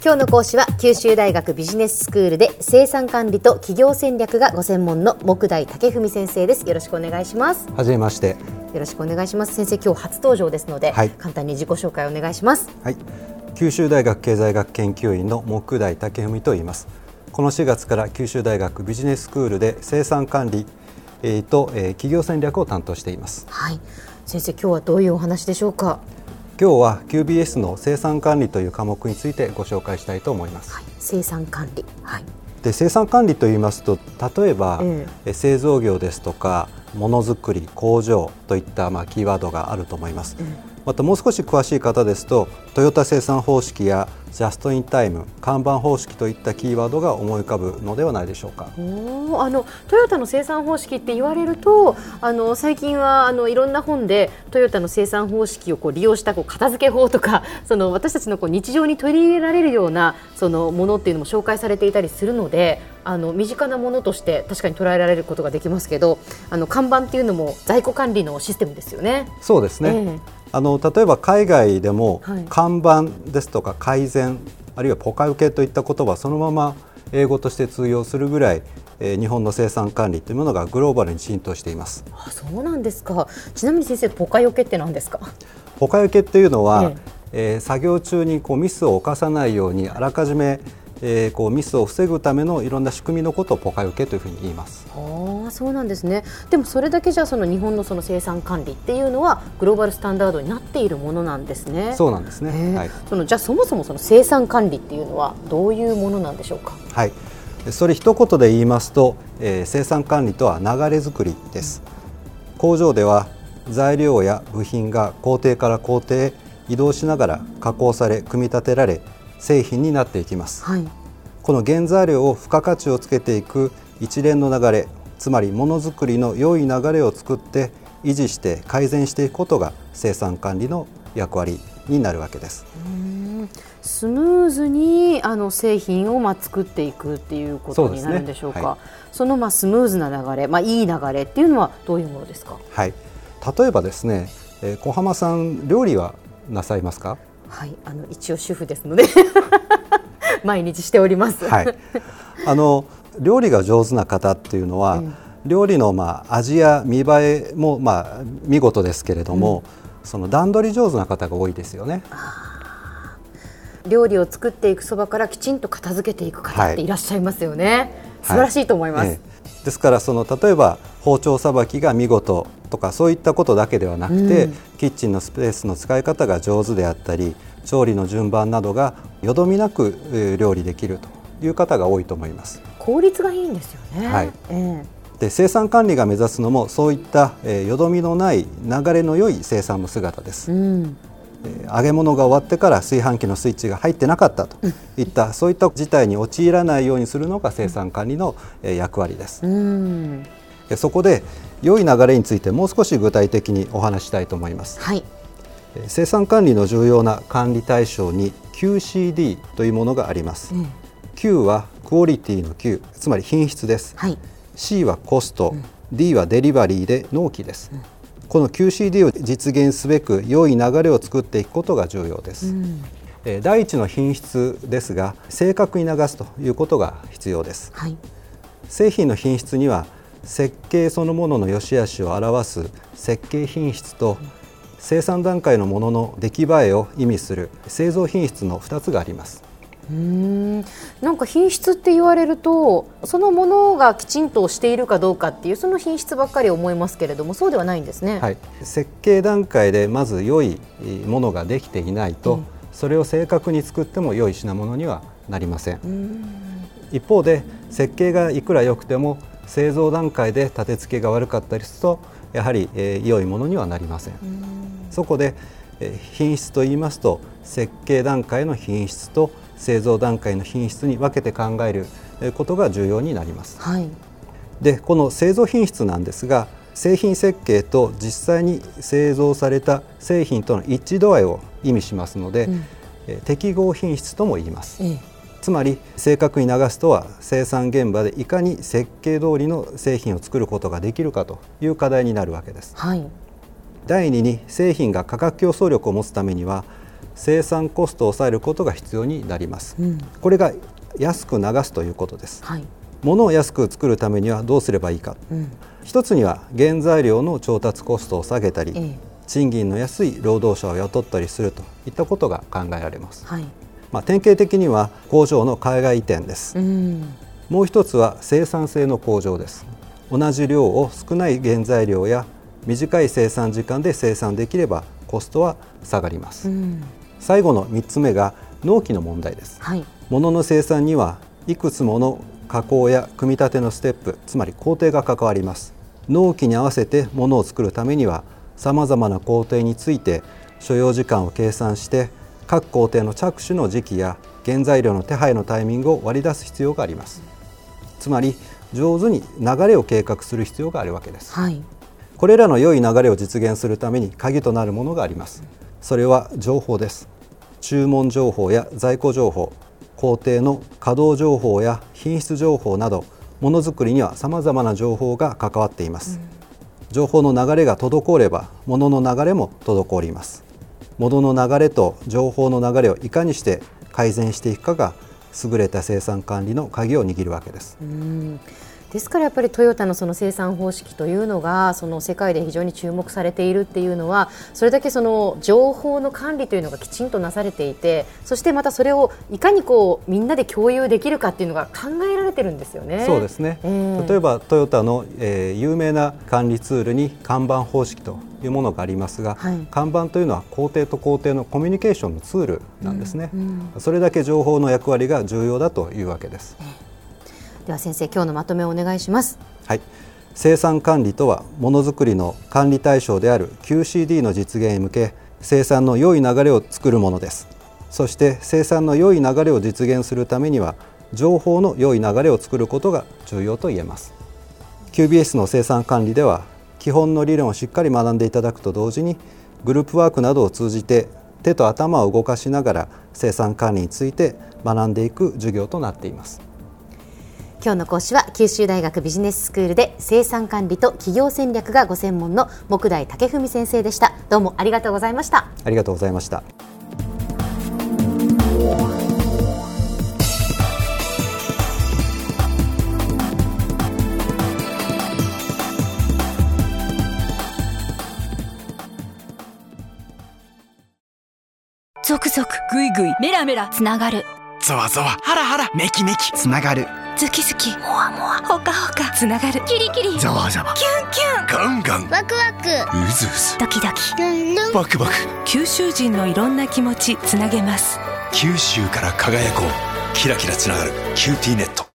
今日の講師は九州大学ビジネススクールで生産管理と企業戦略がご専門の杢代武文先生です。よろしくお願いします。 はじめまして。 よろしくお願いします。先生、今日初登場ですので、簡単に自己紹介お願いします。 九州大学経済学研究員の杢代武文と言います。この4月から九州大学ビジネススクールで生産管理と企業戦略を担当しています。 先生、今日はどういうお話でしょうか。 今日は QBS の生産管理という科目についてご紹介したいと思います。 生産管理、 で生産管理といいますと、例えば、製造業ですとかものづくり、工場といった、キーワードがあると思います。またもう少し詳しい方ですと、トヨタ生産方式やジャストインタイム、看板方式といったキーワードが思い浮かぶのではないでしょうか。 トヨタの生産方式って言われると、最近はいろんな本でトヨタの生産方式を利用した片付け法とか、私たちの日常に取り入れられるようなものっていうのも紹介されていたりするので、身近なものとして確かに捉えられることができますけど、看板っていうのも在庫管理のシステムですよね。 そうですね、例えば海外でも、看板ですとか改善、あるいはポカ受けといった言葉はそのまま英語として通用するぐらい、日本の生産管理というものがグローバルに浸透しています。そうなんですか。 ちなみに先生、ポカ受けって何ですか。 ポカ受けっていうのは、作業中にミスを犯さないようにあらかじめミスを防ぐためのいろんな仕組みのことをポカ受けというふうに言います。 そうなんですね。でもそれだけじゃ日本の生産管理っていうのはグローバルスタンダードになっているものなんですね。 そうなんですね。 じゃあそもそも生産管理っていうのはどういうものなんでしょうか。 それ一言で言いますと、生産管理とは流れ作りです。工場では材料や部品が工程から工程へ移動しながら加工され、組み立てられ製品になっていきます。この原材料を付加価値をつけていく一連の流れ、つまりものづくりの良い流れを作って維持して改善していくことが生産管理の役割になるわけです。 スムーズに製品を作っていくっていうことになるんでしょうか。そのスムーズな流れ、いい流れっていうのはどういうものですか。 例えばですね、小浜さん、料理はなさいますか。 一応主婦ですので毎日しております。 料理が上手な方っていうのは、料理の味や見栄えも見事ですけれども、その段取り上手な方が多いですよね。 料理を作っていくそばからきちんと片付けていく方っていらっしゃいますよね。素晴らしいと思います。 ですから例えば包丁さばきが見事とかそういったことだけではなくて、キッチンのスペースの使い方が上手であったり、調理の順番などがよどみなく料理できるという方が多いと思います。 効率がいいんですよね。 で生産管理が目指すのもそういったよどみのない流れの良い生産の姿です。揚げ物が終わってから炊飯器のスイッチが入ってなかったといったそういった事態に陥らないようにするのが生産管理の役割です。そこで良い流れについてもう少し具体的にお話したいと思います。生産管理の重要な管理対象に QCD というものがあります。Q はクオリティの Q、つまり品質です。C はコスト、D はデリバリーで納期です。この QCD を実現すべく良い流れを作っていくことが重要です。第一の品質ですが、正確に流すということが必要です。製品の品質には設計そのものの良し悪しを表す設計品質と、生産段階のものの出来栄えを意味する製造品質の2つがあります。 なんか品質って言われると、そのものがきちんとしているかどうかっていうその品質ばっかり思いますけれども、そうではないんですね。 設計段階でまず良いものができていないと、それを正確に作っても良い品物にはなりません。一方で設計がいくら良くても製造段階で立て付けが悪かったりすると、やはり良いものにはなりません。そこで品質といいますと、設計段階の品質と製造段階の品質に分けて考えることが重要になります。でこの製造品質なんですが、製品設計と実際に製造された製品との一致度合いを意味しますので、適合品質とも言います。つまり正確に流すとは、生産現場でいかに設計通りの製品を作ることができるかという課題になるわけです。第2に、製品が価格競争力を持つためには生産コストを抑えることが必要になります。これが安く流すということです。物を安く作るためにはどうすればいいか、一つには原材料の調達コストを下げたり、賃金の安い労働者を雇ったりするといったことが考えられます。典型的には工場の海外移転です。もう一つは生産性の向上です。同じ量を少ない原材料や短い生産時間で生産できればコストは下がります。最後の3つ目が納期の問題です。物の生産にはいくつもの加工や組み立てのステップ、つまり工程が関わります。納期に合わせて物を作るためにはさまざまな工程について所要時間を計算して各工程の着手の時期や原材料の手配のタイミングを割り出す必要があります。つまり上手に流れを計画する必要があるわけです。これらの良い流れを実現するために鍵となるものがあります。それは情報です。注文情報や在庫情報、工程の稼働情報や品質情報など、ものづくりにはさまざまな情報が関わっています。情報の流れが滞れば物の流れも滞ります。物の流れと情報の流れをいかにして改善していくかが優れた生産管理の鍵を握るわけです。 ですからやっぱりトヨタのその生産方式というのがその世界で非常に注目されているっていうのは、それだけその情報の管理というのがきちんとなされていて、そしてまたそれをいかにみんなで共有できるかっていうのが考えられてるんですよね。 そうですね。例えばトヨタの、有名な管理ツールにkanban方式というものがありますが、kanbanというのは工程と工程のコミュニケーションのツールなんですね。それだけ情報の役割が重要だというわけです。 では先生、今日のまとめをお願いします。 生産管理とはものづくりの管理対象である QCD の実現へ向け生産の良い流れを作るものです。そして生産の良い流れを実現するためには情報の良い流れを作ることが重要と言えます。 QBS の生産管理では基本の理論をしっかり学んでいただくと同時にグループワークなどを通じて手と頭を動かしながら生産管理について学んでいく授業となっています。 今日の講師は九州大学ビジネススクールで生産管理と企業戦略がご専門の杢代武文先生でした。どうもありがとうございました。 ありがとうございました。 ゾクゾクグイグイメラメラつながる、 ゾワゾワハラハラメキメキつながる、 ズキズキモワモワホカホカつながる、キリキリザワザワキュンキュンガンガンワクワクうずうずドキドキルンルンバクバク、 九州人のいろんな気持ちつなげます。 九州から輝こう、キラキラつながるキューティーネット。